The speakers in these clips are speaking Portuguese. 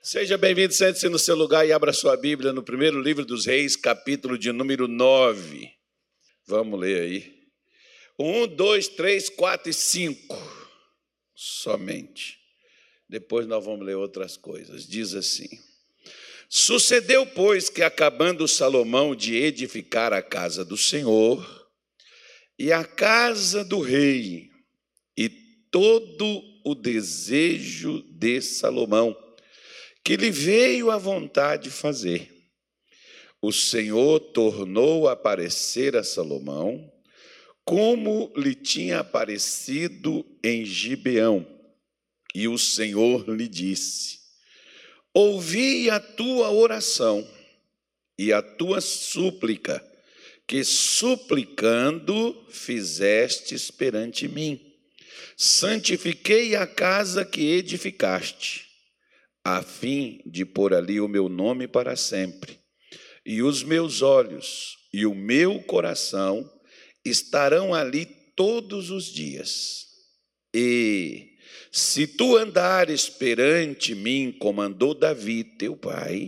Seja bem-vindo, sente-se no seu lugar e abra sua Bíblia no primeiro livro dos Reis, capítulo de número 9. Vamos ler aí. 1, 2, 3, 4 e 5. Somente. Depois nós vamos ler outras coisas. Diz assim: Sucedeu, pois, que acabando Salomão de edificar a casa do Senhor e a casa do rei, e todo o desejo de Salomão, que lhe veio à vontade fazer, o Senhor tornou a aparecer a Salomão, como lhe tinha aparecido em Gibeão. E o Senhor lhe disse: Ouvi a tua oração e a tua súplica, que suplicando fizestes perante mim. Santifiquei a casa que edificaste, a fim de pôr ali o meu nome para sempre. E os meus olhos e o meu coração estarão ali todos os dias. E se tu andares perante mim, como andou Davi, teu pai,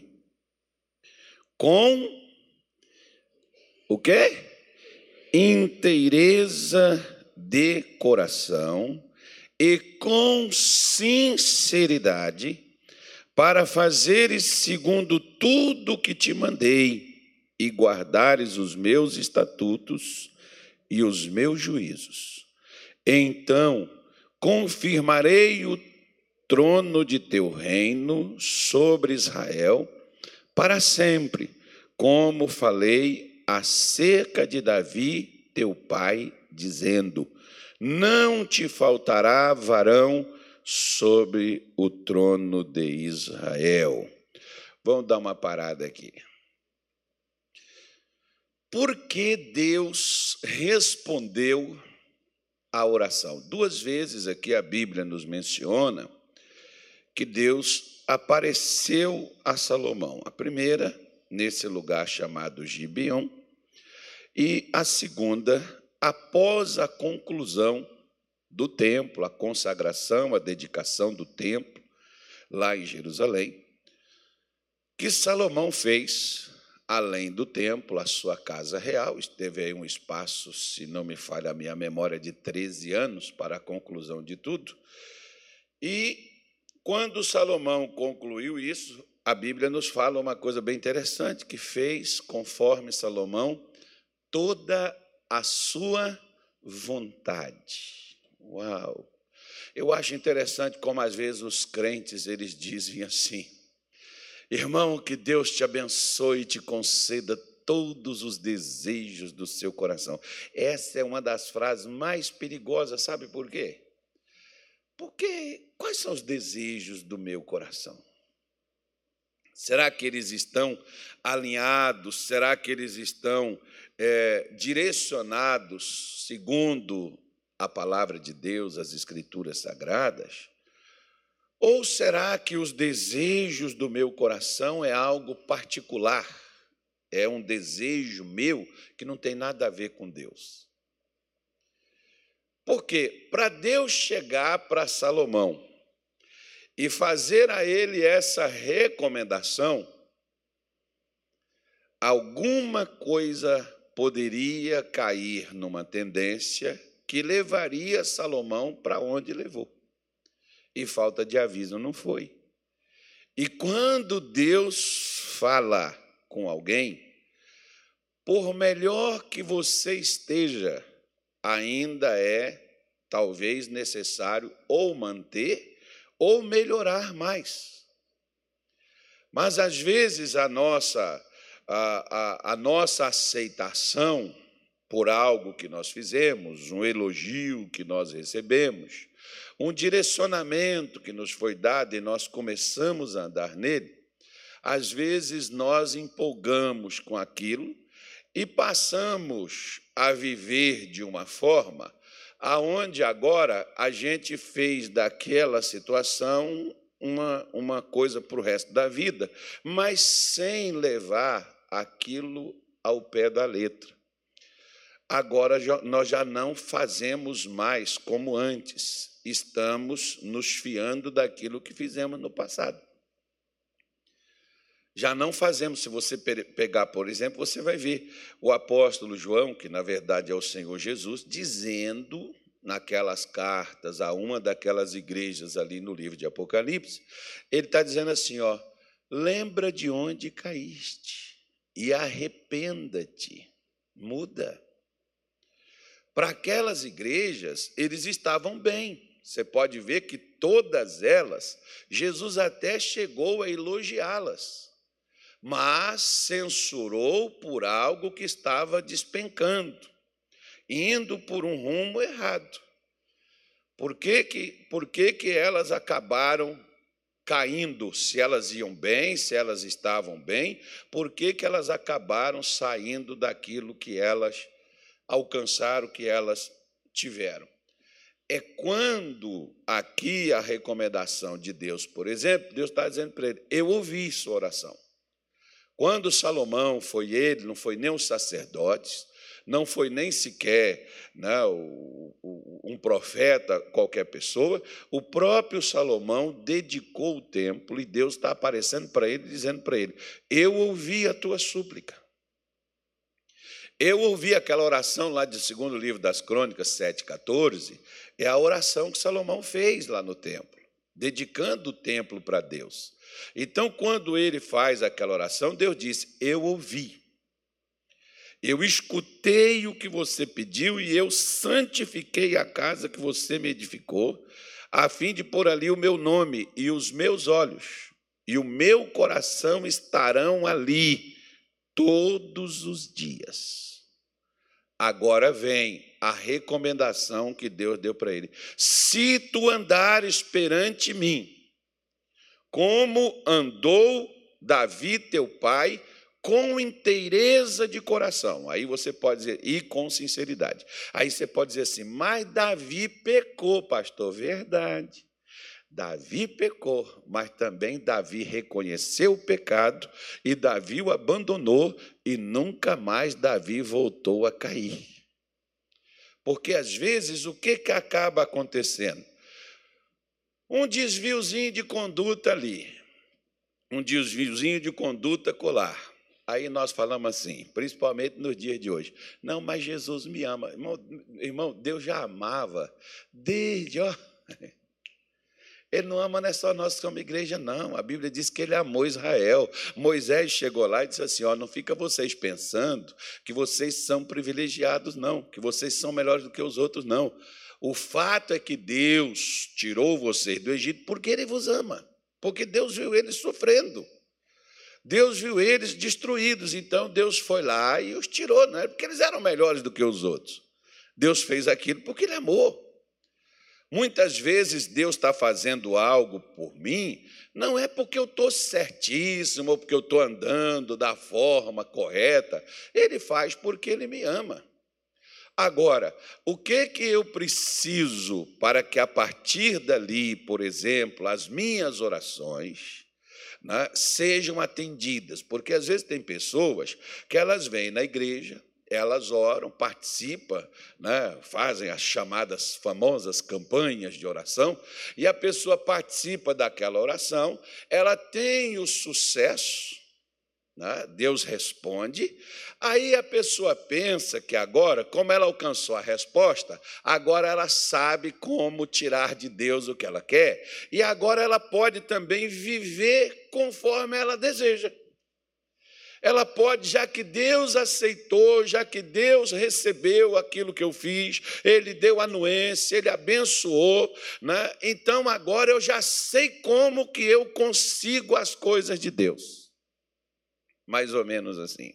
com o quê? Inteireza de coração e com sinceridade, para fazeres segundo tudo que te mandei, e guardares os meus estatutos e os meus juízos. Então confirmarei o trono de teu reino sobre Israel para sempre, como falei acerca de Davi, teu pai, dizendo: não te faltará varão sobre o trono de Israel. Vamos dar uma parada aqui. Por que Deus respondeu à oração? 2 vezes aqui a Bíblia nos menciona que Deus apareceu a Salomão. A primeira, nesse lugar chamado Gibeão, e a segunda, após a conclusão do templo, a consagração, a dedicação do templo, lá em Jerusalém, que Salomão fez, além do templo, a sua casa real. Esteve aí um espaço, se não me falha a minha memória, de 13 anos para a conclusão de tudo. E quando Salomão concluiu isso, a Bíblia nos fala uma coisa bem interessante, que fez, conforme Salomão, toda a sua vontade. Uau! Eu acho interessante como às vezes os crentes eles dizem assim: irmão, que Deus te abençoe e te conceda todos os desejos do seu coração. Essa é uma das frases mais perigosas, sabe por quê? Porque quais são os desejos do meu coração? Será que eles estão alinhados? Será que eles estão direcionados segundo a palavra de Deus, as Escrituras Sagradas? Ou será que os desejos do meu coração é algo particular? É um desejo meu que não tem nada a ver com Deus? Porque para Deus chegar para Salomão e fazer a ele essa recomendação, alguma coisa poderia cair numa tendência que levaria Salomão para onde levou. E falta de aviso não foi. E quando Deus fala com alguém, por melhor que você esteja, ainda é talvez necessário ou manter ou melhorar mais. Mas às vezes a nossa aceitação por algo que nós fizemos, um elogio que nós recebemos, um direcionamento que nos foi dado e nós começamos a andar nele, às vezes nós empolgamos com aquilo e passamos a viver de uma forma aonde agora a gente fez daquela situação uma coisa para o resto da vida, mas sem levar aquilo ao pé da letra. Agora nós já não fazemos mais como antes, estamos nos fiando daquilo que fizemos no passado. Já não fazemos. Se você pegar, por exemplo, você vai ver o apóstolo João, que na verdade é o Senhor Jesus, dizendo naquelas cartas a uma daquelas igrejas ali no livro de Apocalipse, ele está dizendo assim, ó, lembra de onde caíste e arrependa-te, muda. Para aquelas igrejas, eles estavam bem. Você pode ver que todas elas, Jesus até chegou a elogiá-las, mas censurou por algo que estava despencando, indo por um rumo errado. Por que elas acabaram caindo? Se elas iam bem, se elas estavam bem, por que elas acabaram saindo daquilo que elas alcançaram, que elas tiveram? É quando aqui a recomendação de Deus, por exemplo, Deus está dizendo para ele, eu ouvi sua oração. Quando Salomão foi ele, não foi nem os sacerdotes, não foi nem sequer, né, um profeta, qualquer pessoa, o próprio Salomão dedicou o templo e Deus está aparecendo para ele, dizendo para ele, eu ouvi a tua súplica. Eu ouvi aquela oração lá de 2º livro das Crônicas, 7,14, é a oração que Salomão fez lá no templo, dedicando o templo para Deus. Então, quando ele faz aquela oração, Deus disse, eu ouvi, eu escutei o que você pediu e eu santifiquei a casa que você me edificou, a fim de pôr ali o meu nome e os meus olhos e o meu coração estarão ali todos os dias. Agora vem a recomendação que Deus deu para ele. Se tu andares perante mim, como andou Davi, teu pai, com inteireza de coração. Aí você pode dizer, e com sinceridade. Aí você pode dizer assim, mas Davi pecou, pastor. Verdade. Davi pecou, mas também Davi reconheceu o pecado e Davi o abandonou e nunca mais Davi voltou a cair. Porque, às vezes, o que acaba acontecendo? Um desviozinho de conduta ali, um desviozinho de conduta colar. Aí nós falamos assim, principalmente nos dias de hoje. Não, mas Jesus me ama. Irmão, Deus já amava desde... Ele não ama não é só nós como igreja, não. A Bíblia diz que ele amou Israel. Moisés chegou lá e disse assim, não fica vocês pensando que vocês são privilegiados, não, que vocês são melhores do que os outros, não. O fato é que Deus tirou vocês do Egito porque ele vos ama, porque Deus viu eles sofrendo. Deus viu eles destruídos, então Deus foi lá e os tirou, não é porque eles eram melhores do que os outros. Deus fez aquilo porque ele amou. Muitas vezes Deus está fazendo algo por mim, não é porque eu estou certíssimo, ou porque eu estou andando da forma correta. Ele faz porque ele me ama. Agora, o que eu preciso para que a partir dali, por exemplo, as minhas orações, né, sejam atendidas? Porque às vezes tem pessoas que elas vêm na igreja, elas oram, participam, né, fazem as chamadas famosas campanhas de oração, e a pessoa participa daquela oração, ela tem o sucesso, né, Deus responde, aí a pessoa pensa que agora, como ela alcançou a resposta, agora ela sabe como tirar de Deus o que ela quer, e agora ela pode também viver conforme ela deseja. Ela pode, já que Deus aceitou, já que Deus recebeu aquilo que eu fiz, Ele deu anuência, Ele abençoou, né? Então agora eu já sei como que eu consigo as coisas de Deus. Mais ou menos assim.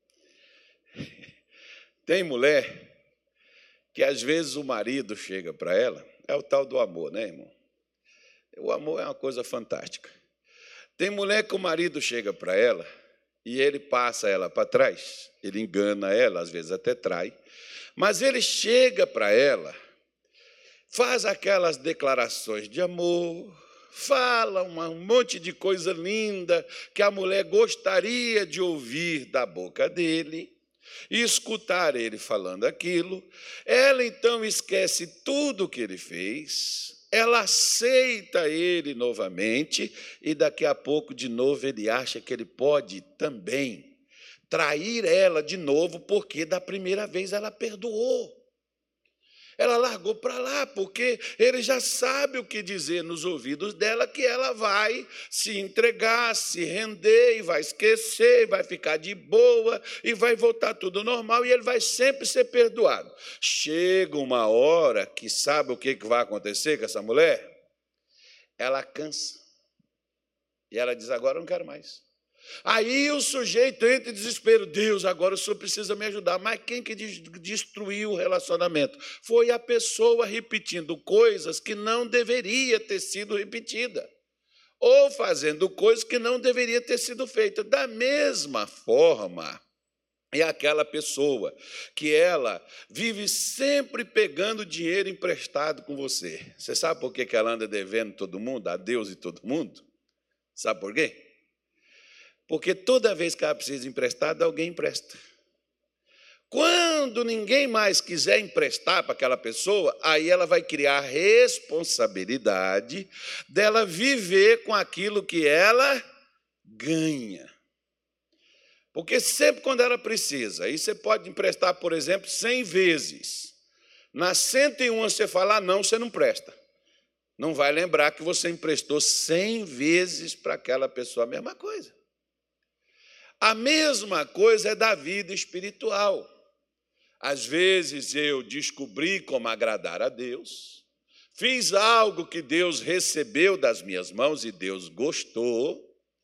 Tem mulher que às vezes o marido chega para ela, é o tal do amor, né, irmão? O amor é uma coisa fantástica. Tem mulher que o marido chega para ela, e ele passa ela para trás, ele engana ela, às vezes até trai, mas ele chega para ela, faz aquelas declarações de amor, fala um monte de coisa linda que a mulher gostaria de ouvir da boca dele, e escutar ele falando aquilo. Ela então esquece tudo o que ele fez, ela aceita ele novamente e daqui a pouco, de novo, ele acha que ele pode também trair ela de novo, porque da primeira vez ela perdoou. Ela largou para lá, porque ele já sabe o que dizer nos ouvidos dela, que ela vai se entregar, se render, e vai esquecer, e vai ficar de boa, e vai voltar tudo normal, e ele vai sempre ser perdoado. Chega uma hora que sabe o que vai acontecer com essa mulher? Ela cansa. E ela diz, agora eu não quero mais. Aí o sujeito entra em desespero. Deus, agora o senhor precisa me ajudar. Mas quem que destruiu o relacionamento? Foi a pessoa repetindo coisas que não deveria ter sido repetida. Ou fazendo coisas que não deveria ter sido feita. Da mesma forma, é aquela pessoa que ela vive sempre pegando dinheiro emprestado com você. Você sabe por que ela anda devendo todo mundo, a Deus e todo mundo? Sabe por quê? Porque toda vez que ela precisa emprestar, alguém empresta. Quando ninguém mais quiser emprestar para aquela pessoa, aí ela vai criar a responsabilidade dela viver com aquilo que ela ganha. Porque sempre quando ela precisa, aí você pode emprestar, por exemplo, 100 vezes. Na 101 você fala, não, você não presta. Não vai lembrar que você emprestou 100 vezes para aquela pessoa, a mesma coisa. A mesma coisa é da vida espiritual. Às vezes eu descobri como agradar a Deus, fiz algo que Deus recebeu das minhas mãos e Deus gostou.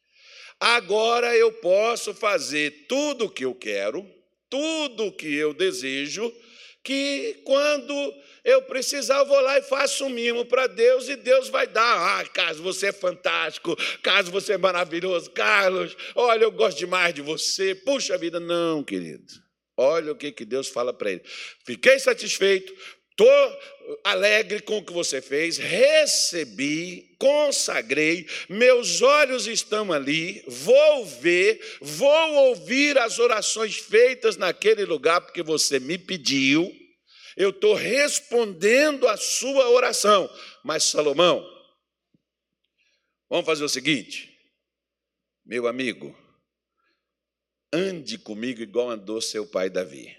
Agora eu posso fazer tudo o que eu quero, tudo o que eu desejo, que quando eu precisar, eu vou lá e faço um mimo para Deus e Deus vai dar. Carlos, você é fantástico. Carlos, você é maravilhoso. Carlos, olha, eu gosto demais de você. Puxa vida, não, querido. Olha o que Deus fala para ele. Fiquei satisfeito, estou alegre com o que você fez, recebi, consagrei, meus olhos estão ali, vou ver, vou ouvir as orações feitas naquele lugar, porque você me pediu. Eu estou respondendo a sua oração. Mas, Salomão, vamos fazer o seguinte, meu amigo, ande comigo igual andou seu pai Davi.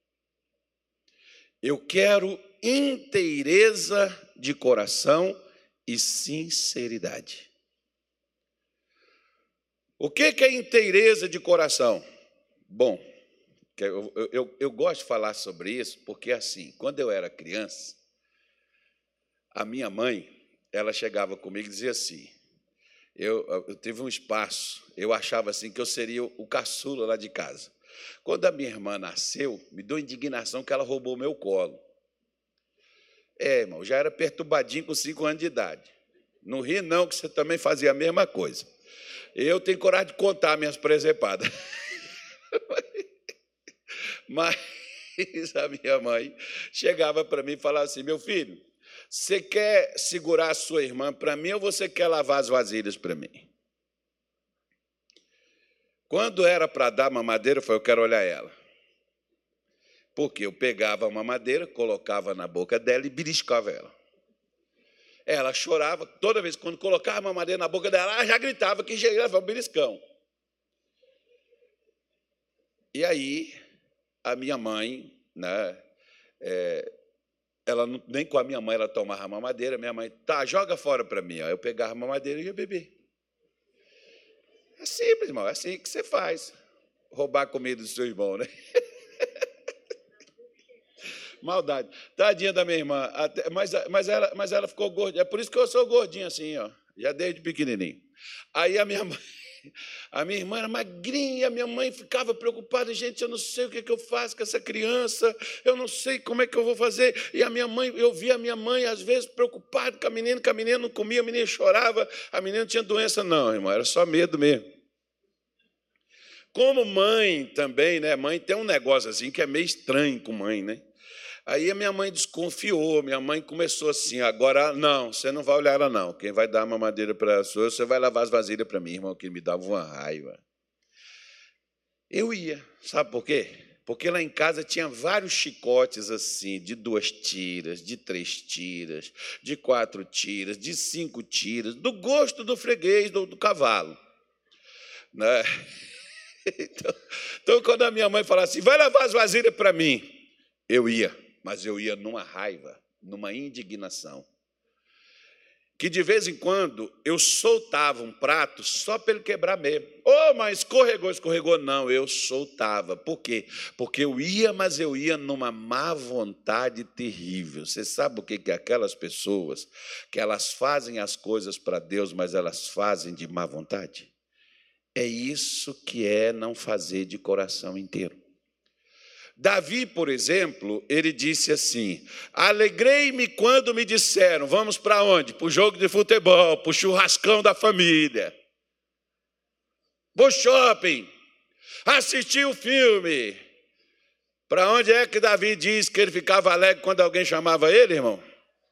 Eu quero inteireza de coração e sinceridade. O que é inteireza de coração? Bom, eu gosto de falar sobre isso porque, assim, quando eu era criança, a minha mãe, ela chegava comigo e dizia assim, eu tive um espaço, eu achava assim que eu seria o caçula lá de casa. Quando a minha irmã nasceu, me deu indignação que ela roubou meu colo. Irmão, já era perturbadinho com 5 anos de idade. Não ri não, que você também fazia a mesma coisa. Eu tenho coragem de contar minhas presepadas. Mas a minha mãe chegava para mim e falava assim, meu filho, você quer segurar a sua irmã para mim ou você quer lavar as vasilhas para mim? Quando era para dar mamadeira, eu falei, eu quero olhar ela. Porque eu pegava a mamadeira, colocava na boca dela e beliscava ela. Ela chorava, toda vez quando colocava a mamadeira na boca dela, ela já gritava que ia levar um beliscão. E aí, a minha mãe, né, ela não, nem com a minha mãe ela tomava a mamadeira, minha mãe, tá, joga fora para mim. Aí eu pegava a mamadeira e ia beber. É simples, irmão, é assim que você faz. Roubar a comida do seu irmão, né? Maldade. Tadinha da minha irmã. Mas ela ficou gordinha. É por isso que eu sou gordinho assim, ó, já desde pequenininho. Aí a minha irmã era magrinha, a minha mãe ficava preocupada. Gente, eu não sei o que eu faço com essa criança, eu não sei como é que eu vou fazer. E a minha mãe, eu via a minha mãe, às vezes, preocupada com a menina não comia, a menina chorava, a menina não tinha doença, não, irmão, era só medo mesmo. Como mãe também, né? Mãe tem um negócio assim que é meio estranho com mãe, né? Aí a minha mãe desconfiou, minha mãe começou assim, agora, não, você não vai olhar ela, não. Quem vai dar a mamadeira para a sua, você vai lavar as vasilhas para mim, irmão, que me dava uma raiva. Eu ia, sabe por quê? Porque lá em casa tinha vários chicotes assim, de 2 tiras, de 3 tiras, de 4 tiras, de 5 tiras, do gosto do freguês, do cavalo. Né? Então, quando a minha mãe falava assim, vai lavar as vasilhas para mim, eu ia, mas eu ia numa raiva, numa indignação. Que de vez em quando eu soltava um prato só para ele quebrar mesmo. Mas escorregou. Não, eu soltava. Por quê? Porque eu ia, mas eu ia numa má vontade terrível. Você sabe o que é aquelas pessoas que elas fazem as coisas para Deus, mas elas fazem de má vontade? É isso que é não fazer de coração inteiro. Davi, por exemplo, ele disse assim, alegrei-me quando me disseram, vamos para onde? Para o jogo de futebol, para o churrascão da família, para o shopping, assistir o filme. Para onde é que Davi diz que ele ficava alegre quando alguém chamava ele, irmão?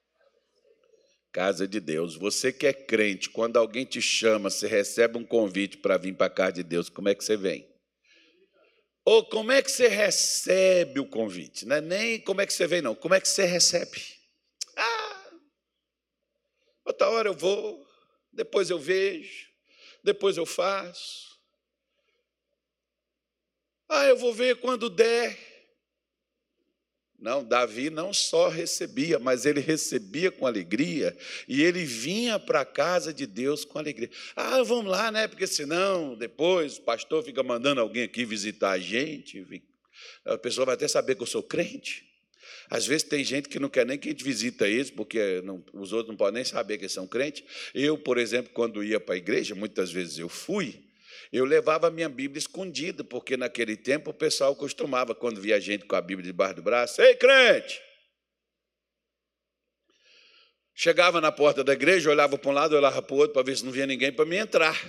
Casa de Deus. Você que é crente, quando alguém te chama, você recebe um convite para vir para a casa de Deus, como é que você vem? Ou como é que você recebe o convite? Não é nem como é que você vem, não. Como é que você recebe? Outra hora eu vou, depois eu vejo, depois eu faço. Eu vou ver quando der. Não, Davi não só recebia, mas ele recebia com alegria e ele vinha para a casa de Deus com alegria. Vamos lá, né? Porque senão depois o pastor fica mandando alguém aqui visitar a gente. A pessoa vai até saber que eu sou crente. Às vezes tem gente que não quer nem que a gente visita eles, porque os outros não podem nem saber que eles são crentes. Eu, por exemplo, quando ia para a igreja, muitas vezes eu fui, eu levava a minha Bíblia escondida, porque naquele tempo o pessoal costumava, quando via gente com a Bíblia debaixo do braço, ei, crente! Chegava na porta da igreja, olhava para um lado, olhava para o outro, para ver se não via ninguém para me entrar.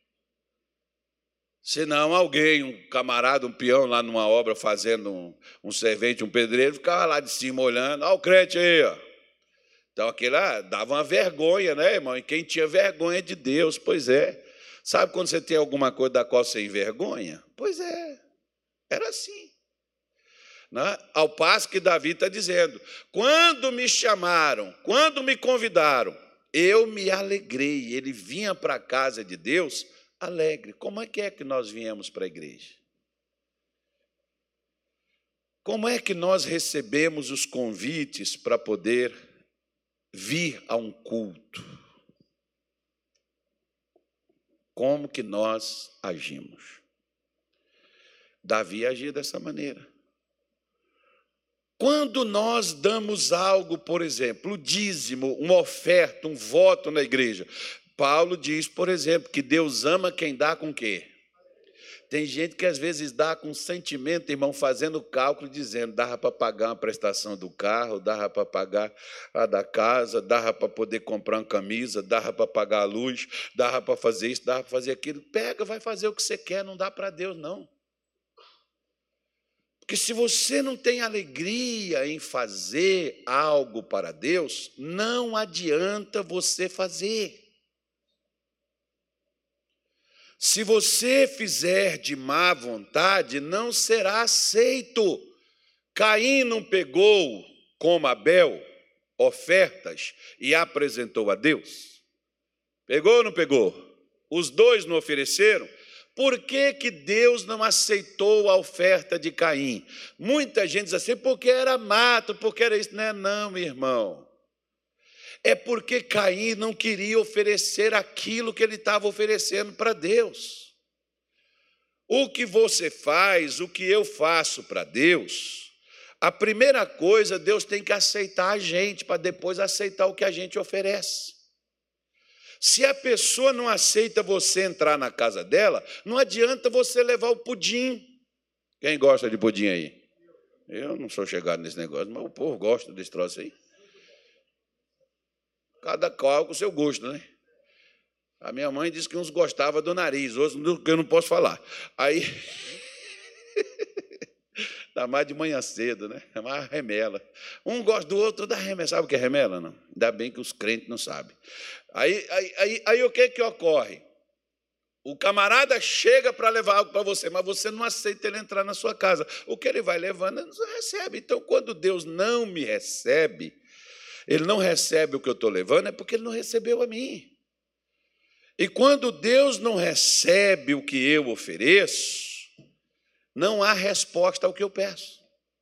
Senão alguém, um camarada, um peão lá numa obra, fazendo um servente, um pedreiro, ficava lá de cima olhando, o crente aí, ó. Então aquilo lá dava uma vergonha, né, irmão? E quem tinha vergonha de Deus, pois é. Sabe quando você tem alguma coisa da qual você envergonha? Pois é, era assim. Né? Ao passo que Davi está dizendo, quando me chamaram, quando me convidaram, eu me alegrei. Ele vinha para a casa de Deus alegre. Como é que nós viemos para a igreja? Como é que nós recebemos os convites para poder vir a um culto? Como que nós agimos? Davi agia dessa maneira. Quando nós damos algo, por exemplo, o dízimo, uma oferta, um voto na igreja, Paulo diz, por exemplo, que Deus ama quem dá com quê? Tem gente que às vezes dá com sentimento, irmão, fazendo cálculo, dizendo, dava para pagar uma prestação do carro, dava para pagar a da casa, dava para poder comprar uma camisa, dava para pagar a luz, dava para fazer isso, dava para fazer aquilo. Pega, vai fazer o que você quer, não dá para Deus, não. Porque se você não tem alegria em fazer algo para Deus, não adianta você fazer. Se você fizer de má vontade, não será aceito. Caim não pegou, como Abel, ofertas e apresentou a Deus? Pegou ou não pegou? Os dois não ofereceram? Por que Deus não aceitou a oferta de Caim? Muita gente diz assim, porque era mato, porque era isso. Não, meu irmão. É porque Caim não queria oferecer aquilo que ele estava oferecendo para Deus. O que você faz, o que eu faço para Deus, a primeira coisa, Deus tem que aceitar a gente, para depois aceitar o que a gente oferece. Se a pessoa não aceita você entrar na casa dela, não adianta você levar o pudim. Quem gosta de pudim aí? Eu não sou chegado nesse negócio, mas o povo gosta desse troço aí. Cada qual com o seu gosto, né? A minha mãe disse que uns gostavam do nariz, outros que eu não posso falar. Aí, dá mais de manhã cedo, né? É mais remela. Um gosta do outro, dá remela. Sabe o que é remela, não? Ainda bem que os crentes não sabem. Aí o que ocorre? O camarada chega para levar algo para você, mas você não aceita ele entrar na sua casa. O que ele vai levando, ele não recebe. Então, quando Deus não me recebe, ele não recebe o que eu estou levando, é porque ele não recebeu a mim. E quando Deus não recebe o que eu ofereço, não há resposta ao que eu peço.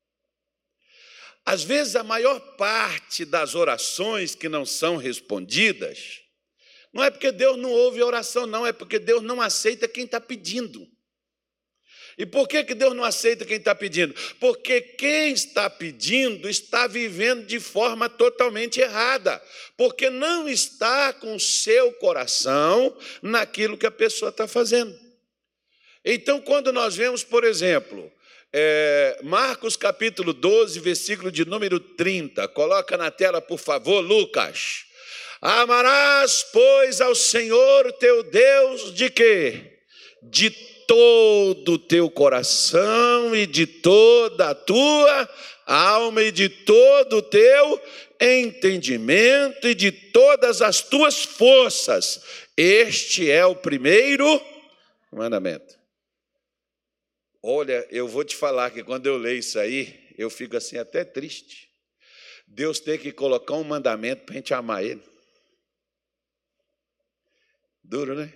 Às vezes, a maior parte das orações que não são respondidas, não é porque Deus não ouve a oração, não, é porque Deus não aceita quem está pedindo. E por que Deus não aceita quem está pedindo? Porque quem está pedindo está vivendo de forma totalmente errada, porque não está com o seu coração naquilo que a pessoa está fazendo. Então, quando nós vemos, por exemplo, Marcos capítulo 12, versículo de número 30, coloca na tela, por favor, Lucas. Amarás, pois, ao Senhor teu Deus de quê? De todo o teu coração e de toda a tua alma e de todo o teu entendimento e de todas as tuas forças. Este é o primeiro mandamento. Olha, eu vou te falar que quando eu leio isso aí, eu fico assim até triste. Deus tem que colocar um mandamento para a gente amar Ele. Duro, né?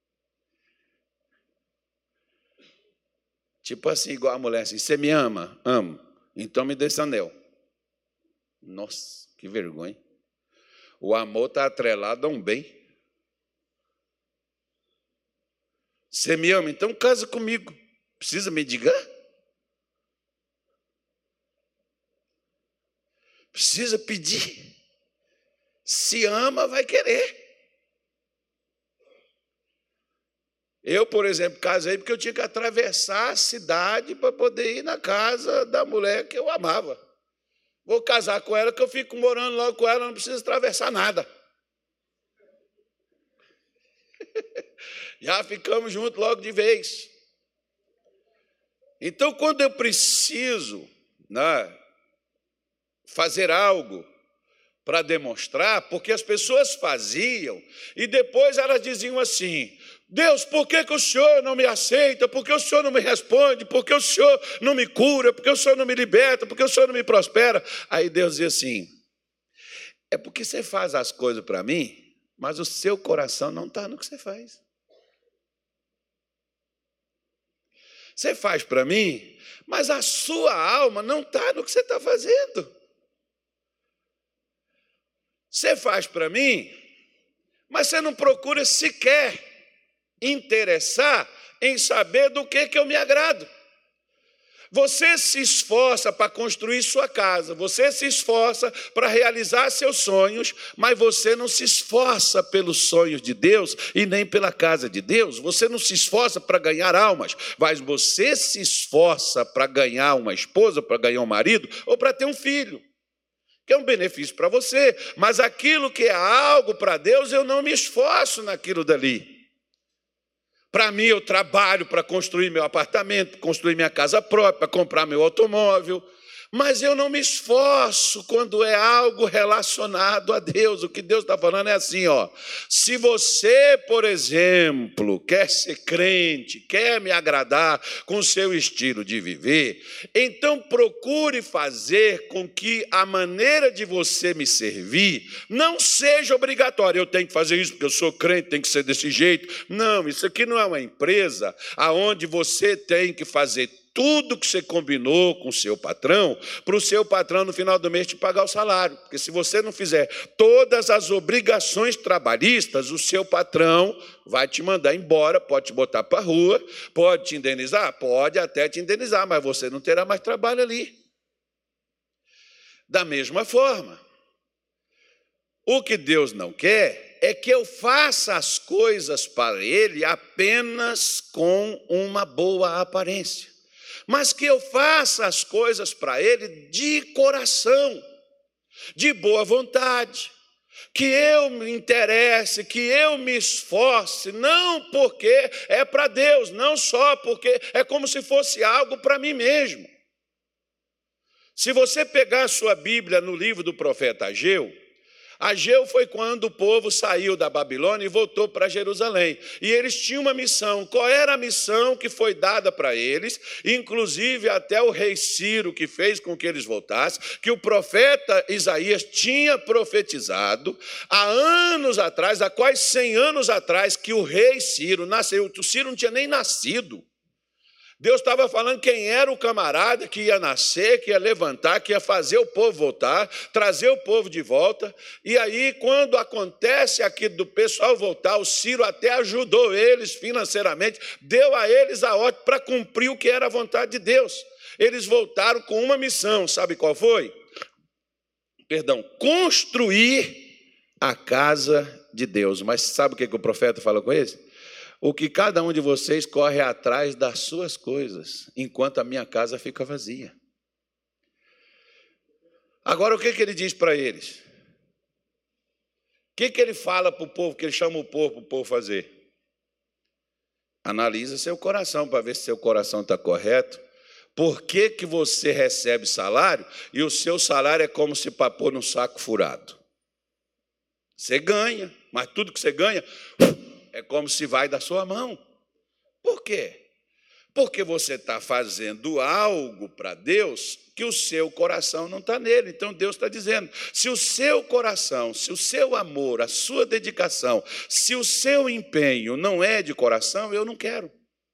Tipo assim, igual a mulher assim, você me ama? Amo. Então me dê esse anel. Nossa, que vergonha. O amor está atrelado a um bem. Você me ama? Então casa comigo. Precisa mendigar? Precisa pedir? Se ama, vai querer. Eu, por exemplo, casei porque eu tinha que atravessar a cidade para poder ir na casa da mulher que eu amava. Vou casar com ela, que eu fico morando logo com ela, não preciso atravessar nada. Já ficamos juntos logo de vez. Então, quando eu preciso, né, fazer algo para demonstrar, porque as pessoas faziam, e depois elas diziam assim, Deus, por que o Senhor não me aceita? Por que o Senhor não me responde? Por que o Senhor não me cura? Por que o Senhor não me liberta? Por que o Senhor não me prospera? Aí Deus dizia assim, é porque você faz as coisas para mim, mas o seu coração não está no que você faz. Você faz para mim, mas a sua alma não está no que você está fazendo. Você faz para mim, mas você não procura sequer interessar em saber do que eu me agrado. Você se esforça para construir sua casa, você se esforça para realizar seus sonhos, mas você não se esforça pelos sonhos de Deus e nem pela casa de Deus. Você não se esforça para ganhar almas, mas você se esforça para ganhar uma esposa, para ganhar um marido ou para ter um filho, que é um benefício para você. Mas aquilo que é algo para Deus, eu não me esforço naquilo dali. Para mim, eu trabalho para construir meu apartamento, construir minha casa própria, comprar meu automóvel, mas eu não me esforço quando é algo relacionado a Deus. O que Deus está falando é assim, ó, se você, por exemplo, quer ser crente, quer me agradar com o seu estilo de viver, então procure fazer com que a maneira de você me servir não seja obrigatória. Eu tenho que fazer isso porque eu sou crente, tem que ser desse jeito. Não, isso aqui não é uma empresa onde você tem que fazer tudo que você combinou com o seu patrão, para o seu patrão no final do mês te pagar o salário. Porque se você não fizer todas as obrigações trabalhistas, o seu patrão vai te mandar embora, pode te botar para a rua, pode te indenizar? Pode até te indenizar, mas você não terá mais trabalho ali. Da mesma forma, o que Deus não quer é que eu faça as coisas para Ele apenas com uma boa aparência, mas que eu faça as coisas para Ele de coração, de boa vontade, que eu me interesse, que eu me esforce, não porque é para Deus, não só porque é como se fosse algo para mim mesmo. Se você pegar a sua Bíblia no livro do profeta Ageu, Ageu foi quando o povo saiu da Babilônia e voltou para Jerusalém. E eles tinham uma missão. Qual era a missão que foi dada para eles? Inclusive até o rei Ciro, que fez com que eles voltassem, que o profeta Isaías tinha profetizado há anos atrás, há quase 100 anos atrás, que o rei Ciro nasceu. O Ciro não tinha nem nascido. Deus estava falando quem era o camarada que ia nascer, que ia levantar, que ia fazer o povo voltar, trazer o povo de volta. E aí, quando acontece aqui do pessoal voltar, o Ciro até ajudou eles financeiramente, deu a eles a ordem para cumprir o que era a vontade de Deus. Eles voltaram com uma missão, sabe qual foi? Construir a casa de Deus. Mas sabe o que o profeta falou com eles? O que cada um de vocês corre atrás das suas coisas, enquanto a minha casa fica vazia. Agora, o que ele diz para eles? O que ele fala para o povo, que ele chama o povo para o povo fazer? Analisa seu coração para ver se seu coração está correto. Por que você recebe salário e o seu salário é como se para pôr num saco furado? Você ganha, mas tudo que você ganha é como se vai da sua mão. Por quê? Porque você está fazendo algo para Deus que o seu coração não está nele. Então Deus está dizendo, se o seu coração, se o seu amor, a sua dedicação, se o seu empenho não é de coração, eu não quero.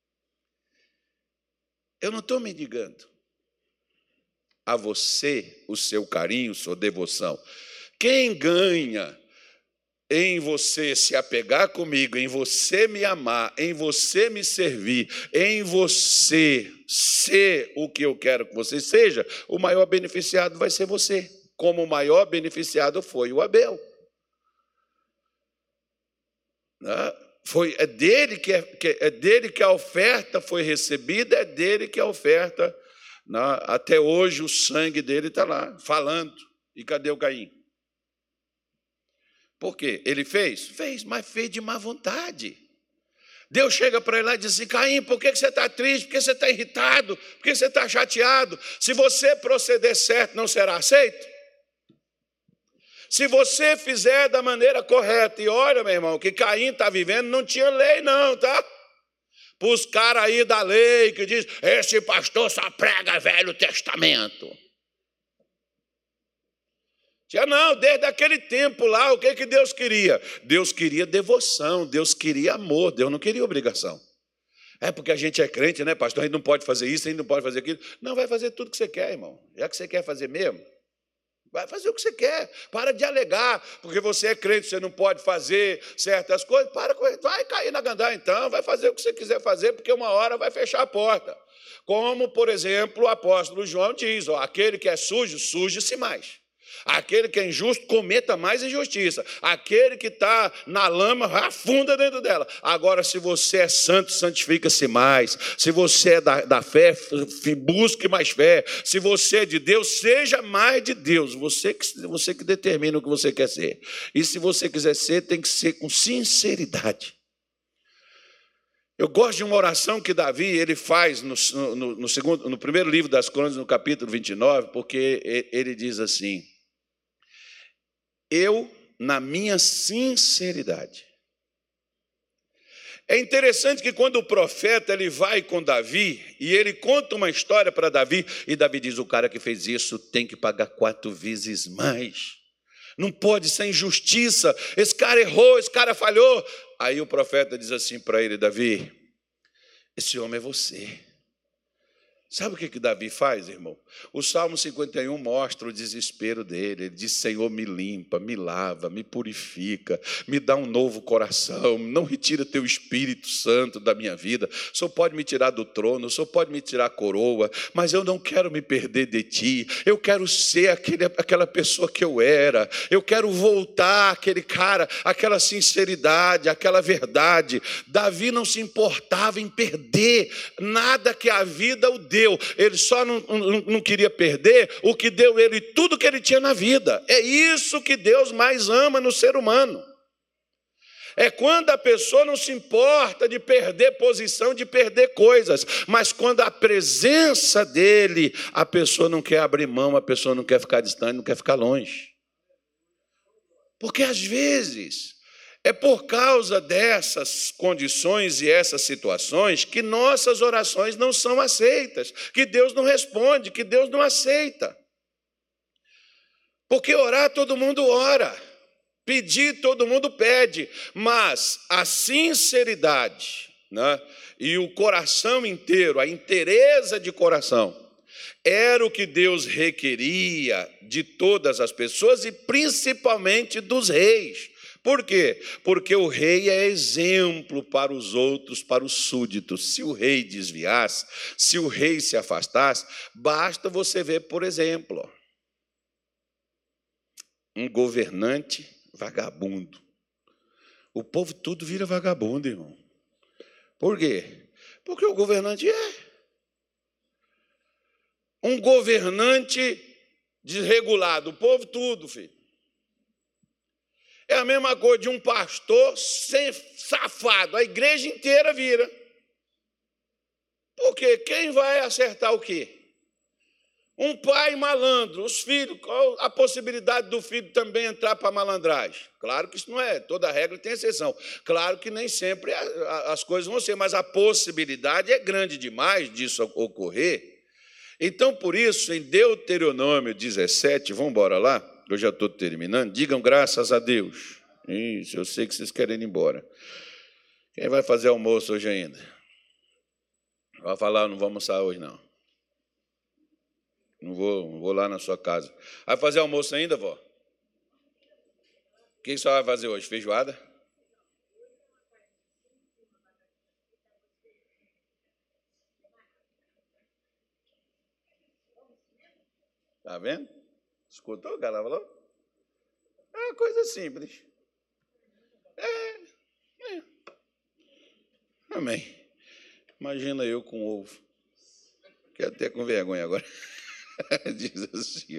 Eu não estou mendigando a você o seu carinho, sua devoção. Quem ganha em você se apegar comigo, em você me amar, em você me servir, em você ser o que eu quero que você seja, o maior beneficiado vai ser você, como o maior beneficiado foi o Abel. É dele que a oferta foi recebida, é dele que a oferta, até hoje o sangue dele está lá, falando. E cadê o Caim? Por quê? Ele fez? Fez, mas fez de má vontade. Deus chega para ele lá e diz assim, Caim, por que você está triste? Por que você está irritado? Por que você está chateado? Se você proceder certo, não será aceito? Se você fizer da maneira correta, e olha, meu irmão, o que Caim está vivendo não tinha lei não, tá? Para os caras aí da lei que diz, esse pastor só prega Velho Testamento. Não, desde aquele tempo lá, o que Deus queria? Deus queria devoção, Deus queria amor, Deus não queria obrigação. É porque a gente é crente, né, pastor? A gente não pode fazer isso, a gente não pode fazer aquilo. Não, vai fazer tudo que você quer, irmão. Já que você quer fazer mesmo, vai fazer o que você quer. Para de alegar, porque você é crente, você não pode fazer certas coisas. Vai cair na gandá então, vai fazer o que você quiser fazer, porque uma hora vai fechar a porta. Como, por exemplo, o apóstolo João diz, aquele que é sujo, suje-se mais. Aquele que é injusto, cometa mais injustiça. Aquele que está na lama, afunda dentro dela. Agora, se você é santo, santifica-se mais. Se você é da fé, busque mais fé. Se você é de Deus, seja mais de Deus. Você que determina o que você quer ser. E se você quiser ser, tem que ser com sinceridade. Eu gosto de uma oração que Davi ele faz no primeiro livro das Crônicas, no capítulo 29, porque ele diz assim, eu, na minha sinceridade. É interessante que quando o profeta ele vai com Davi, e ele conta uma história para Davi, e Davi diz, o cara que fez isso tem que pagar 4 vezes mais. Não pode ser injustiça, esse cara errou, esse cara falhou. Aí o profeta diz assim para ele, Davi, esse homem é você. Sabe o que Davi faz, irmão? O Salmo 51 mostra o desespero dele. Ele diz, Senhor, me limpa, me lava, me purifica, me dá um novo coração, não retira teu Espírito Santo da minha vida. O Senhor pode me tirar do trono, o Senhor pode me tirar a coroa, mas eu não quero me perder de ti. Eu quero ser aquela pessoa que eu era. Eu quero voltar aquele cara, aquela sinceridade, aquela verdade. Davi não se importava em perder nada que a vida o deu. Ele só não queria perder o que deu ele tudo que ele tinha na vida. É isso que Deus mais ama no ser humano. É quando a pessoa não se importa de perder posição, de perder coisas, mas quando a presença dele, a pessoa não quer abrir mão, a pessoa não quer ficar distante, não quer ficar longe. Porque às vezes é por causa dessas condições e essas situações que nossas orações não são aceitas, que Deus não responde, que Deus não aceita. Porque orar todo mundo ora, pedir todo mundo pede, mas a sinceridade, né, e o coração inteiro, a inteireza de coração, era o que Deus requeria de todas as pessoas e principalmente dos reis. Por quê? Porque o rei é exemplo para os outros, para os súditos. Se o rei desviasse, se o rei se afastasse, basta você ver, por exemplo, um governante vagabundo. O povo tudo vira vagabundo, irmão. Por quê? Porque o governante é. Um governante desregulado, o povo tudo, filho. É a mesma coisa de um pastor safado, a igreja inteira vira. Porque quem vai acertar o quê? Um pai malandro, os filhos, qual a possibilidade do filho também entrar para a malandragem? Claro que isso não é, toda regra tem exceção. Claro que nem sempre as coisas vão ser, mas a possibilidade é grande demais disso ocorrer. Então, por isso, em Deuteronômio 17, vamos embora lá, eu já estou terminando, digam graças a Deus. Isso, eu sei que vocês querem ir embora. Quem vai fazer almoço hoje ainda? Vai falar, não vou almoçar hoje, não. Não vou lá na sua casa. Vai fazer almoço ainda, vó? O que você vai fazer hoje? Feijoada? Está vendo? Escutou o que ela falou? É uma coisa simples. Amém. Imagina eu com ovo. Fiquei até com vergonha agora. Diz assim,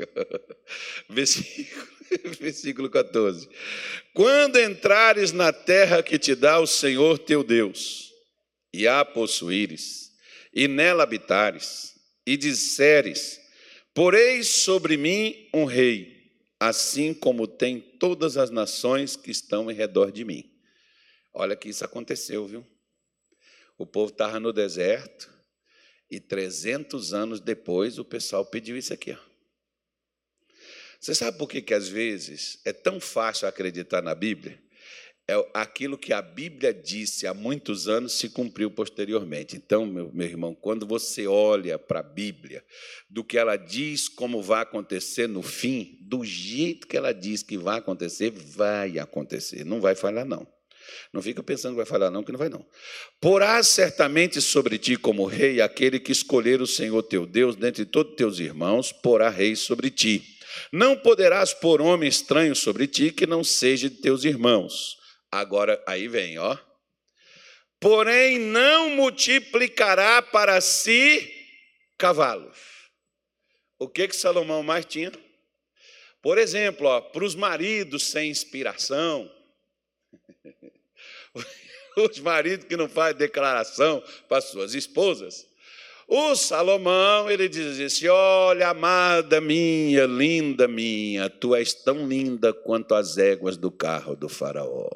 versículo 14. Quando entrares na terra que te dá o Senhor teu Deus, e a possuíres, e nela habitares, e disseres, poreis sobre mim um rei, assim como tem todas as nações que estão em redor de mim. Olha que isso aconteceu, viu? O povo estava no deserto, e 300 anos depois, o pessoal pediu isso aqui. Ó. Você sabe por que às vezes é tão fácil acreditar na Bíblia? É aquilo que a Bíblia disse há muitos anos se cumpriu posteriormente. Então, meu irmão, quando você olha para a Bíblia, do que ela diz como vai acontecer no fim, do jeito que ela diz que vai acontecer, não vai falhar, não. Não fica pensando que vai falhar, não, que não vai, não. Porá certamente sobre ti como rei aquele que escolher o Senhor teu Deus, dentre todos teus irmãos, porá rei sobre ti. Não poderás pôr homem estranho sobre ti que não seja de teus irmãos. Agora, aí vem, ó. Porém, não multiplicará para si cavalos. O que Salomão mais tinha? Por exemplo, ó, para os maridos sem inspiração, os maridos que não fazem declaração para suas esposas, o Salomão, ele diz assim, olha, amada minha, linda minha, tu és tão linda quanto as éguas do carro do faraó.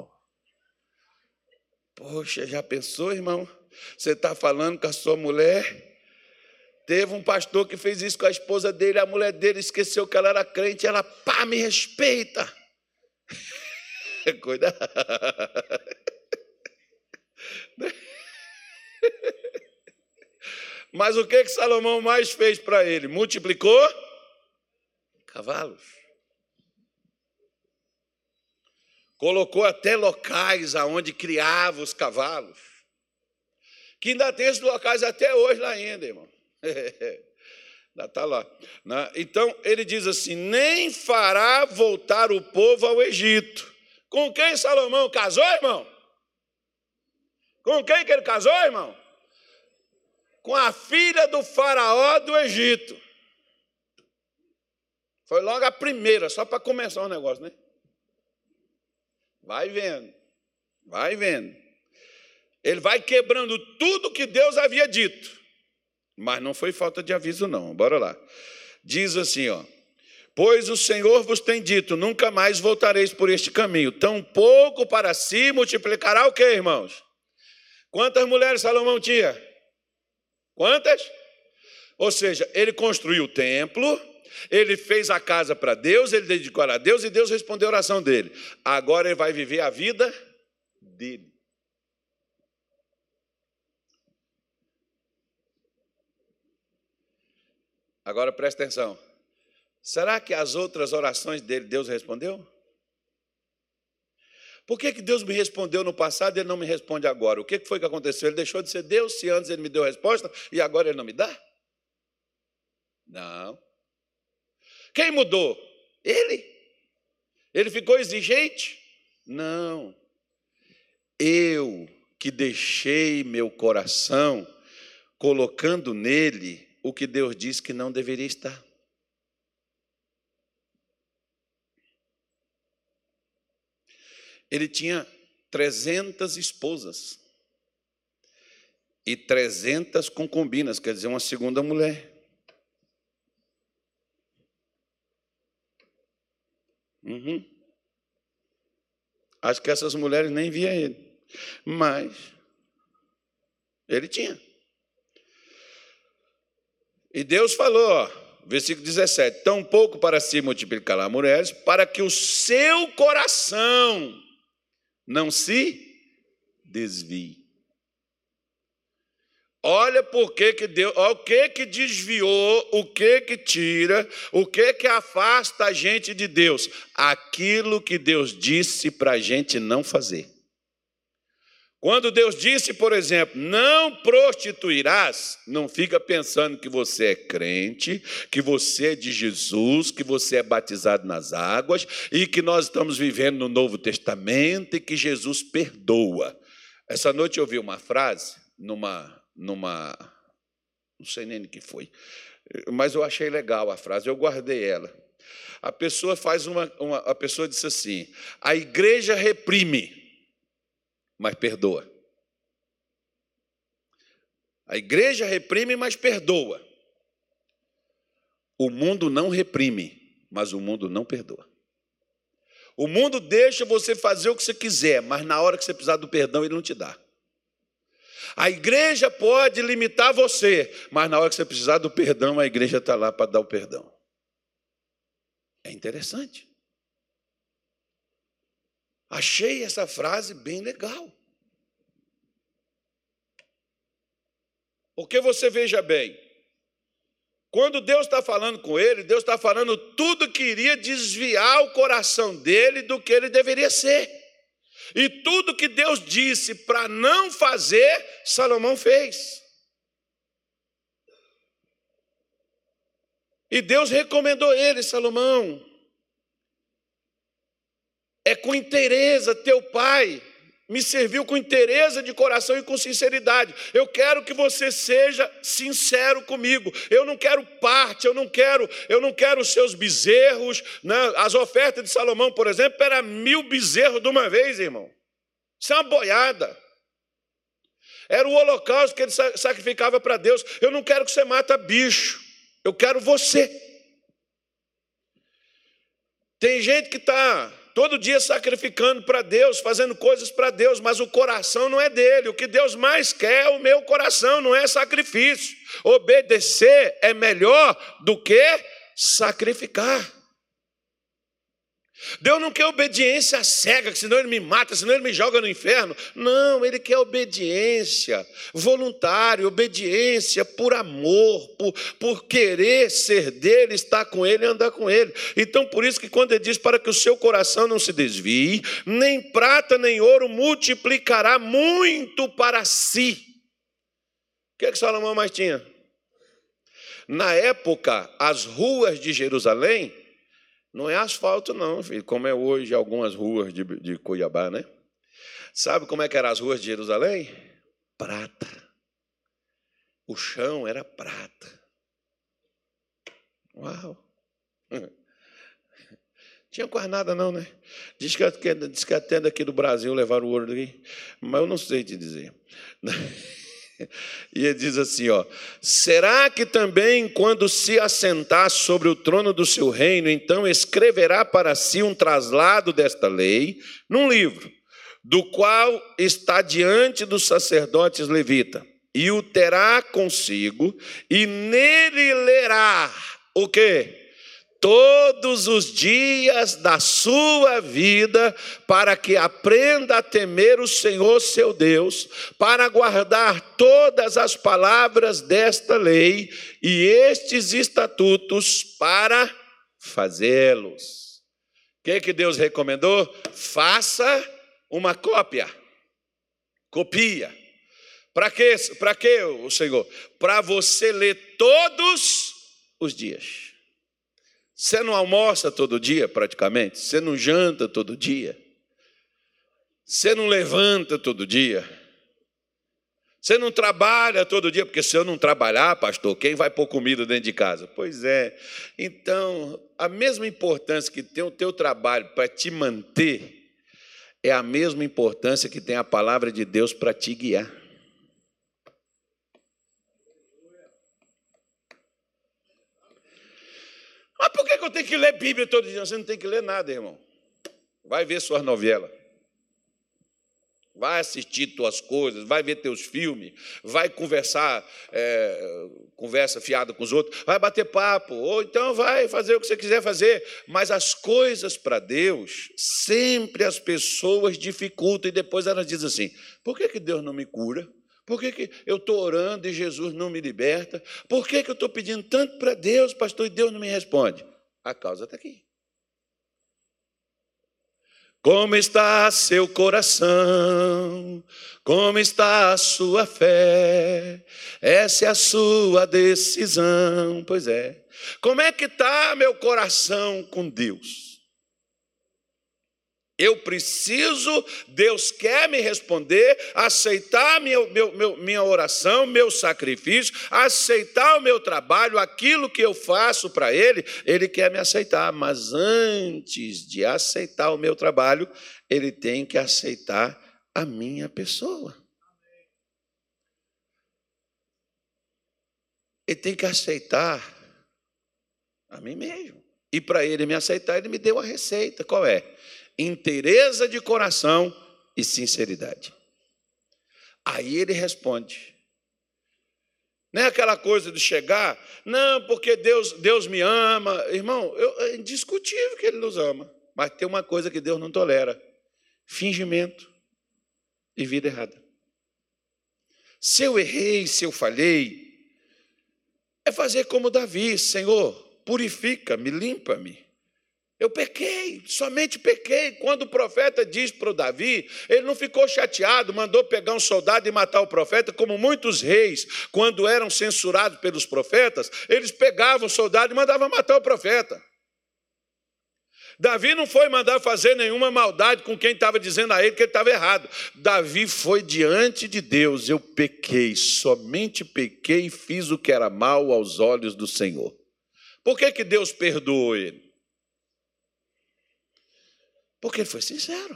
Poxa, já pensou, irmão? Você está falando com a sua mulher? Teve um pastor que fez isso com a esposa dele, a mulher dele esqueceu que ela era crente, ela, pá, me respeita. Cuidado. Mas o que Salomão mais fez para ele? Multiplicou cavalos. Colocou até locais aonde criava os cavalos. Que ainda tem esses locais até hoje lá ainda, irmão. Ainda está lá. Então, ele diz assim, nem fará voltar o povo ao Egito. Com quem Salomão casou, irmão? Com quem que ele casou, irmão? Com a filha do faraó do Egito. Foi logo a primeira, só para começar o negócio, né? Vai vendo, vai vendo. Ele vai quebrando tudo que Deus havia dito. Mas não foi falta de aviso, não. Bora lá. Diz assim, ó. Pois o Senhor vos tem dito, nunca mais voltareis por este caminho. Tampouco para si multiplicará o quê, irmãos? Quantas mulheres Salomão tinha? Quantas? Ou seja, ele construiu o templo, ele fez a casa para Deus, ele dedicou a Deus e Deus respondeu a oração dele. Agora ele vai viver a vida dele. Agora presta atenção. Será que as outras orações dele Deus respondeu? Por que Deus me respondeu no passado e ele não me responde agora? O que foi que aconteceu? Ele deixou de ser Deus se antes ele me deu a resposta e agora ele não me dá? Não. Quem mudou? Ele. Ele ficou exigente? Não. Eu que deixei meu coração colocando nele o que Deus disse que não deveria estar. Ele tinha 300 esposas e 300 concubinas, quer dizer, uma segunda mulher. Acho que essas mulheres nem via ele, mas ele tinha. E Deus falou, versículo 17, tampouco para si multiplicará mulheres, para que o seu coração não se desvie. Olha por que Deus, olha o que desviou, o que tira, o que afasta a gente de Deus. Aquilo que Deus disse para a gente não fazer. Quando Deus disse, por exemplo, não prostituirás, não fica pensando que você é crente, que você é de Jesus, que você é batizado nas águas e que nós estamos vivendo no Novo Testamento e que Jesus perdoa. Essa noite eu ouvi uma frase não sei nem o que foi, mas eu achei legal a frase, eu guardei ela. A pessoa a pessoa disse assim: a igreja reprime, mas perdoa. A igreja reprime, mas perdoa. O mundo não reprime, mas o mundo não perdoa. O mundo deixa você fazer o que você quiser, mas na hora que você precisar do perdão, ele não te dá. A igreja pode limitar você, mas na hora que você precisar do perdão, a igreja está lá para dar o perdão. É interessante. Achei essa frase bem legal. Porque você veja bem, quando Deus está falando com ele, Deus está falando tudo que iria desviar o coração dele do que ele deveria ser. E tudo que Deus disse para não fazer, Salomão fez. E Deus recomendou ele, Salomão. É com inteireza, teu pai me serviu com inteireza de coração e com sinceridade. Eu quero que você seja sincero comigo. Eu não quero parte, eu não quero os seus bezerros, né? As ofertas de Salomão, por exemplo, era 1000 bezerros de uma vez, irmão. Isso é uma boiada. Era o holocausto que ele sacrificava para Deus. Eu não quero que você mata bicho. Eu quero você. Tem gente que está todo dia sacrificando para Deus, fazendo coisas para Deus, mas o coração não é dele. O que Deus mais quer é o meu coração, não é sacrifício. Obedecer é melhor do que sacrificar. Deus não quer obediência cega, que senão ele me mata, senão ele me joga no inferno. Não, ele quer obediência voluntária, obediência por amor, por querer ser dele, estar com ele e andar com ele. Então, por isso que quando ele diz para que o seu coração não se desvie, nem prata nem ouro multiplicará muito para si. O que Salomão mais tinha? Na época, as ruas de Jerusalém, não é asfalto não, filho, como é hoje algumas ruas de Cuiabá, né? Sabe como é que eram as ruas de Jerusalém? Prata. O chão era prata. Uau! Tinha quase nada não, né? Diz que até daqui do Brasil levaram o ouro daqui, mas eu não sei te dizer. E ele diz assim, ó: será que também quando se assentar sobre o trono do seu reino, então escreverá para si um traslado desta lei num livro, do qual está diante dos sacerdotes levitas, e o terá consigo, e nele lerá o quê? Todos os dias da sua vida, para que aprenda a temer o Senhor seu Deus, para guardar todas as palavras desta lei e estes estatutos para fazê-los. O que Deus recomendou? Faça uma cópia. Copia. Para quê, o Senhor? Para você ler todos os dias. Você não almoça todo dia, praticamente? Você não janta todo dia? Você não levanta todo dia? Você não trabalha todo dia? Porque se eu não trabalhar, pastor, quem vai pôr comida dentro de casa? Pois é. Então, a mesma importância que tem o teu trabalho para te manter é a mesma importância que tem a palavra de Deus para te guiar. Mas por que eu tenho que ler Bíblia todo dia? Você não tem que ler nada, irmão. Vai ver suas novelas. Vai assistir tuas coisas, vai ver teus filmes, vai conversar, conversa fiada com os outros, vai bater papo, ou então vai fazer o que você quiser fazer. Mas as coisas para Deus, sempre as pessoas dificultam e depois elas dizem assim: por que Deus não me cura? Por que eu estou orando e Jesus não me liberta? Por que eu estou pedindo tanto para Deus, pastor, e Deus não me responde? A causa está aqui. Como está seu coração? Como está a sua fé? Essa é a sua decisão. Pois é. Como é que está meu coração com Deus? Eu preciso, Deus quer me responder, aceitar minha oração, meu sacrifício, aceitar o meu trabalho, aquilo que eu faço para Ele, Ele quer me aceitar. Mas antes de aceitar o meu trabalho, Ele tem que aceitar a minha pessoa. Ele tem que aceitar a mim mesmo. E para Ele me aceitar, Ele me deu a receita. Qual é? Inteireza de coração e sinceridade. Aí ele responde. Não é aquela coisa de chegar, não, porque Deus me ama. Irmão, é indiscutível que Ele nos ama. Mas tem uma coisa que Deus não tolera: fingimento e vida errada. Se eu errei, se eu falhei, é fazer como Davi: Senhor, purifica-me, limpa-me. Eu pequei, somente pequei. Quando o profeta diz para o Davi, ele não ficou chateado, mandou pegar um soldado e matar o profeta, como muitos reis, quando eram censurados pelos profetas, eles pegavam o soldado e mandavam matar o profeta. Davi não foi mandar fazer nenhuma maldade com quem estava dizendo a ele que ele estava errado. Davi foi diante de Deus: eu pequei, somente pequei e fiz o que era mal aos olhos do Senhor. Por que Deus perdoou ele? Porque ele foi sincero.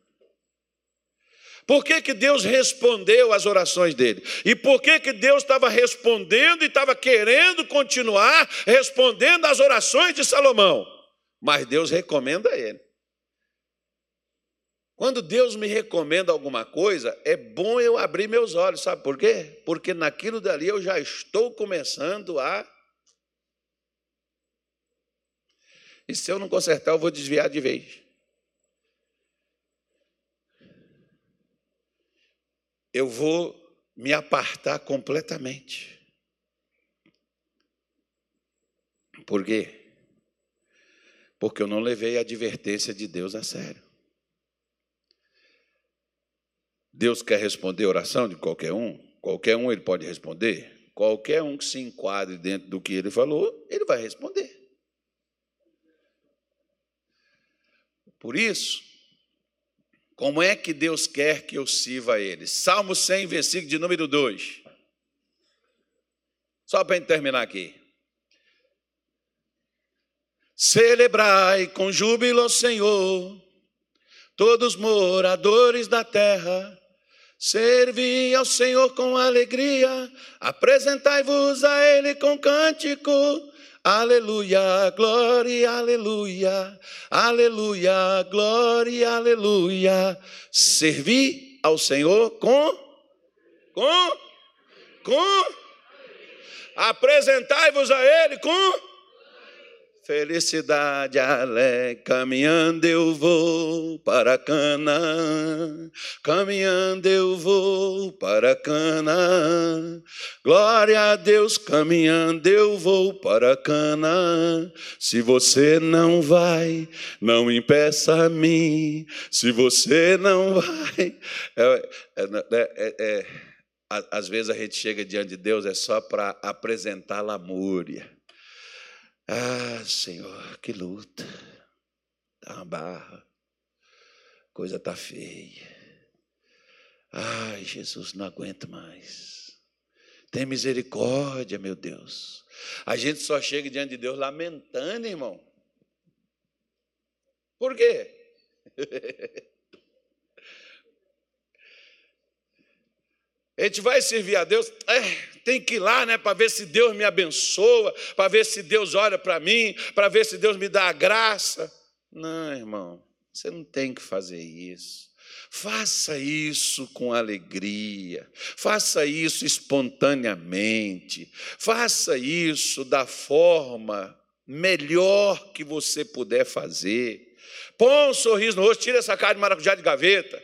Por que Deus respondeu às orações dele? E por que Deus estava respondendo e estava querendo continuar respondendo às orações de Salomão? Mas Deus recomenda a ele. Quando Deus me recomenda alguma coisa, é bom eu abrir meus olhos. Sabe por quê? Porque naquilo dali eu já estou começando a... E se eu não consertar, eu vou desviar de vez. Eu vou me apartar completamente. Por quê? Porque eu não levei a advertência de Deus a sério. Deus quer responder a oração de qualquer um? Qualquer um ele pode responder? Qualquer um que se enquadre dentro do que ele falou, ele vai responder. Por isso, como é que Deus quer que eu sirva a Ele? Salmo 100, versículo de número 2. Só para a gente terminar aqui. Celebrai com júbilo ao Senhor, todos moradores da terra. Servi ao Senhor com alegria, apresentai-vos a Ele com cântico. Aleluia, glória, aleluia, aleluia, glória, aleluia. Servi ao Senhor com apresentai-vos a Ele com felicidade alegre. Caminhando eu vou para Canaã, caminhando eu vou para Canaã. Glória a Deus, caminhando eu vou para Canaã. Se você não vai, não impeça a mim. Se você não vai... Às vezes a gente chega diante de Deus é só para apresentar a lamúria. Ah, Senhor, que luta. Dá uma barra. A coisa está feia. Ai, Jesus, não aguento mais. Tem misericórdia, meu Deus. A gente só chega diante de Deus lamentando, irmão. Por quê? A gente vai servir a Deus, tem que ir lá, né, para ver se Deus me abençoa, para ver se Deus olha para mim, para ver se Deus me dá a graça. Não, irmão, você não tem que fazer isso. Faça isso com alegria, faça isso espontaneamente, faça isso da forma melhor que você puder fazer. Põe um sorriso no rosto, tira essa cara de maracujá de gaveta.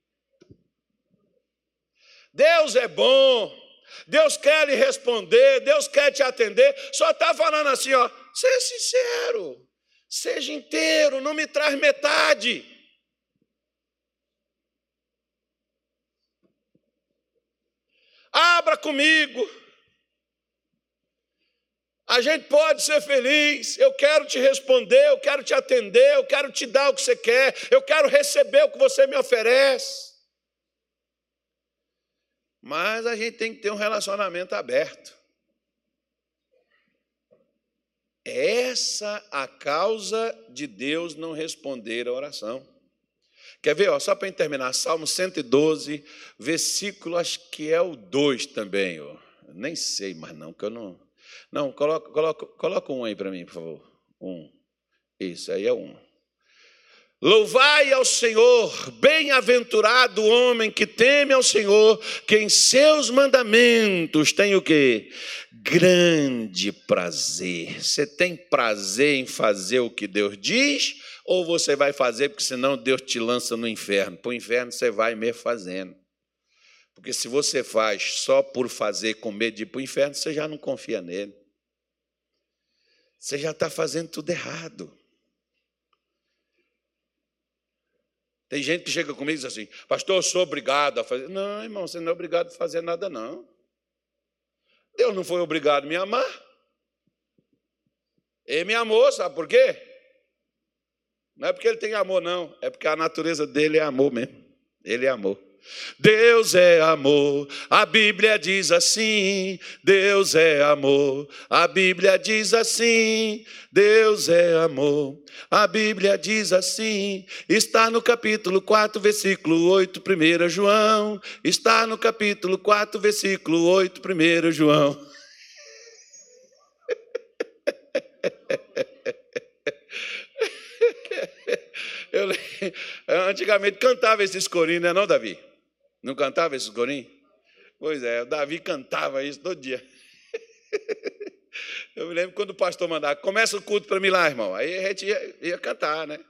Deus é bom, Deus quer lhe responder, Deus quer te atender, só está falando assim, ó, seja sincero, seja inteiro, não me traz metade. Abra comigo, a gente pode ser feliz, eu quero te responder, eu quero te atender, eu quero te dar o que você quer, eu quero receber o que você me oferece. Mas a gente tem que ter um relacionamento aberto. Essa é a causa de Deus não responder a oração. Quer ver? Ó, só para terminar, Salmo 112, versículo, acho que é o 2 também. Ó. Nem sei mais não, que eu não... Não, coloca um aí para mim, por favor. Um. Isso, aí é um. Louvai ao Senhor, bem-aventurado o homem que teme ao Senhor, que em seus mandamentos tem o quê? Grande prazer. Você tem prazer em fazer o que Deus diz, ou você vai fazer porque senão Deus te lança no inferno? Para o inferno você vai mesmo fazendo. Porque se você faz só por fazer com medo de ir para o inferno, você já não confia nele. Você já está fazendo tudo errado. Tem gente que chega comigo e diz assim, pastor, eu sou obrigado a fazer. Não, irmão, você não é obrigado a fazer nada, não. Deus não foi obrigado a me amar. Ele me amou, sabe por quê? Não é porque ele tem amor, não. É porque a natureza dele é amor mesmo. Ele é amor. Deus é amor, a Bíblia diz assim, Deus é amor, a Bíblia diz assim, Deus é amor, a Bíblia diz assim, está no capítulo 4, versículo 8, 1 João, está no capítulo 4, versículo 8, 1 João. Eu antigamente cantava esses corinhos, não é não, Davi? Não cantava esses corinhos? Pois é, o Davi cantava isso todo dia. Eu me lembro quando o pastor mandava, começa o culto para mim lá, irmão. Aí a gente ia cantar, né?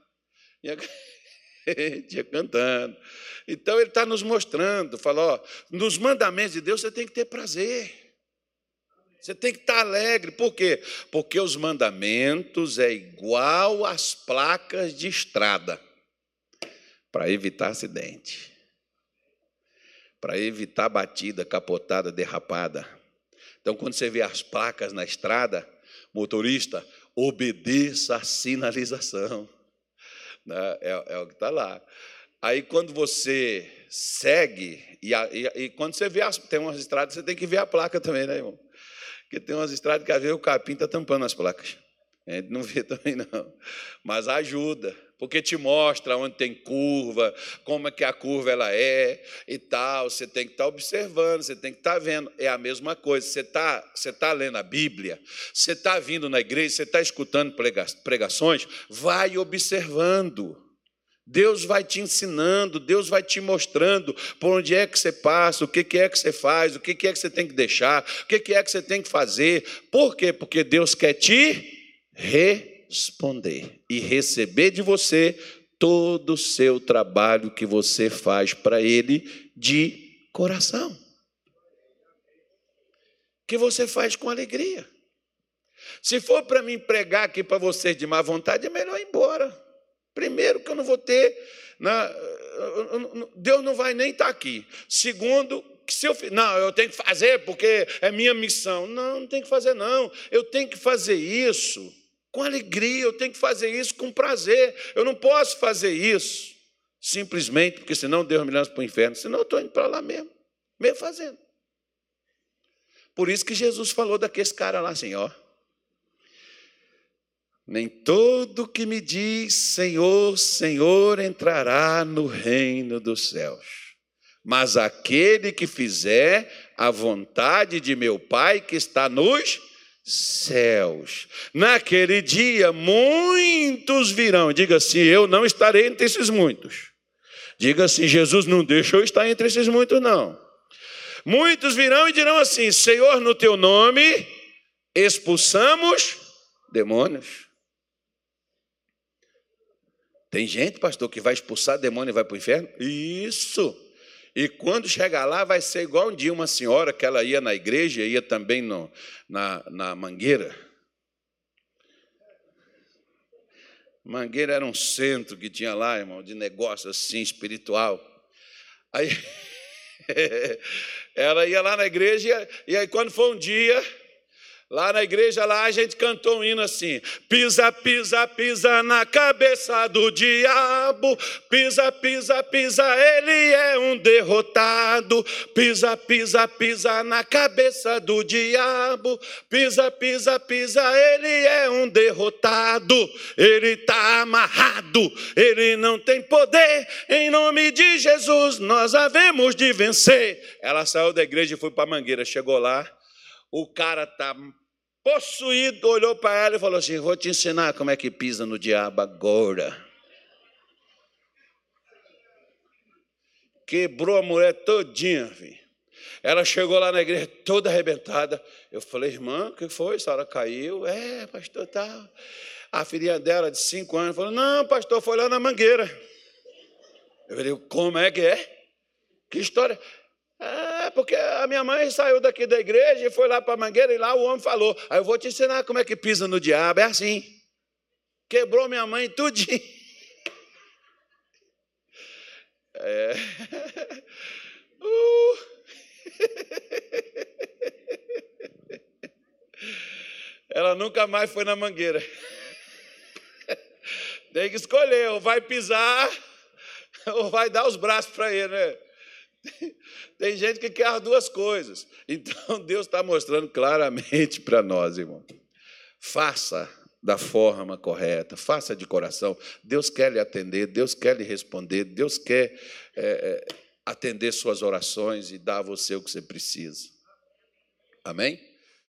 Ia cantando. Então ele está nos mostrando, falou, ó, nos mandamentos de Deus você tem que ter prazer. Você tem que estar alegre. Por quê? Porque os mandamentos é igual às placas de estrada para evitar acidente. Para evitar batida, capotada, derrapada. Então, quando você vê as placas na estrada, motorista, obedeça a sinalização. É o que está lá. Aí, quando você segue, e quando você vê, tem umas estradas, você tem que ver a placa também, né, irmão? Porque tem umas estradas que às vezes o capim está tampando as placas. A gente não vê também, não. Mas ajuda, porque te mostra onde tem curva, como é que a curva ela é e tal. Você tem que estar observando, você tem que estar vendo. É a mesma coisa. Você tá lendo a Bíblia, você está vindo na igreja, você está escutando pregações, vai observando. Deus vai te ensinando, Deus vai te mostrando por onde é que você passa, o que é que você faz, o que é que você tem que deixar, o que é que você tem que fazer. Por quê? Porque Deus quer te responder e receber de você todo o seu trabalho que você faz para Ele de coração. Que você faz com alegria. Se for para mim pregar aqui para vocês de má vontade, é melhor ir embora. Primeiro, que eu não vou ter... Deus não vai nem estar aqui. Segundo, que se eu... Não, eu tenho que fazer porque é minha missão. Não, não tenho que fazer, não. Eu tenho que fazer isso com alegria, eu tenho que fazer isso com prazer. Eu não posso fazer isso simplesmente porque senão Deus me lança para o inferno. Senão eu estou indo para lá mesmo fazendo. Por isso que Jesus falou daqueles caras lá assim, ó. Nem todo que me diz Senhor, Senhor entrará no reino dos céus, mas aquele que fizer a vontade de meu Pai que está nos céus. Naquele dia muitos virão. Diga assim, eu não estarei entre esses muitos. Diga assim, Jesus não deixa eu estar entre esses muitos, não. Muitos virão e dirão assim, Senhor, no teu nome expulsamos demônios. Tem gente, pastor, que vai expulsar demônio e vai para o inferno? Isso. E quando chegar lá, vai ser igual um dia uma senhora que ela ia na igreja, ia também na Mangueira. Mangueira era um centro que tinha lá, irmão, de negócio assim, espiritual. Aí ela ia lá na igreja, e aí quando foi um dia... Lá na igreja, lá a gente cantou um hino assim, pisa, pisa, pisa na cabeça do diabo, pisa, pisa, pisa, ele é um derrotado, pisa, pisa, pisa na cabeça do diabo, pisa, pisa, pisa, ele é um derrotado, ele está amarrado, ele não tem poder, em nome de Jesus nós havemos de vencer. Ela saiu da igreja e foi para a Mangueira, chegou lá, o cara está possuído, olhou para ela e falou assim, vou te ensinar como é que pisa no diabo agora. Quebrou a mulher todinha, filho. Ela chegou lá na igreja toda arrebentada. Eu falei, irmã, o que foi? A senhora caiu? Pastor, tá. A filhinha dela, de 5 anos, falou, não, pastor, foi lá na Mangueira. Eu falei, como é que é? Que história? Porque a minha mãe saiu daqui da igreja e foi lá para a Mangueira e lá o homem falou, aí eu vou te ensinar como é que pisa no diabo, é assim. Quebrou minha mãe tudinho. Ela nunca mais foi na Mangueira. Tem que escolher, ou vai pisar, ou vai dar os braços para ele, né? Tem gente que quer as duas coisas. Então, Deus está mostrando claramente para nós, irmão. Faça da forma correta, faça de coração. Deus quer lhe atender, Deus quer lhe responder, Deus quer atender suas orações e dar a você o que você precisa. Amém?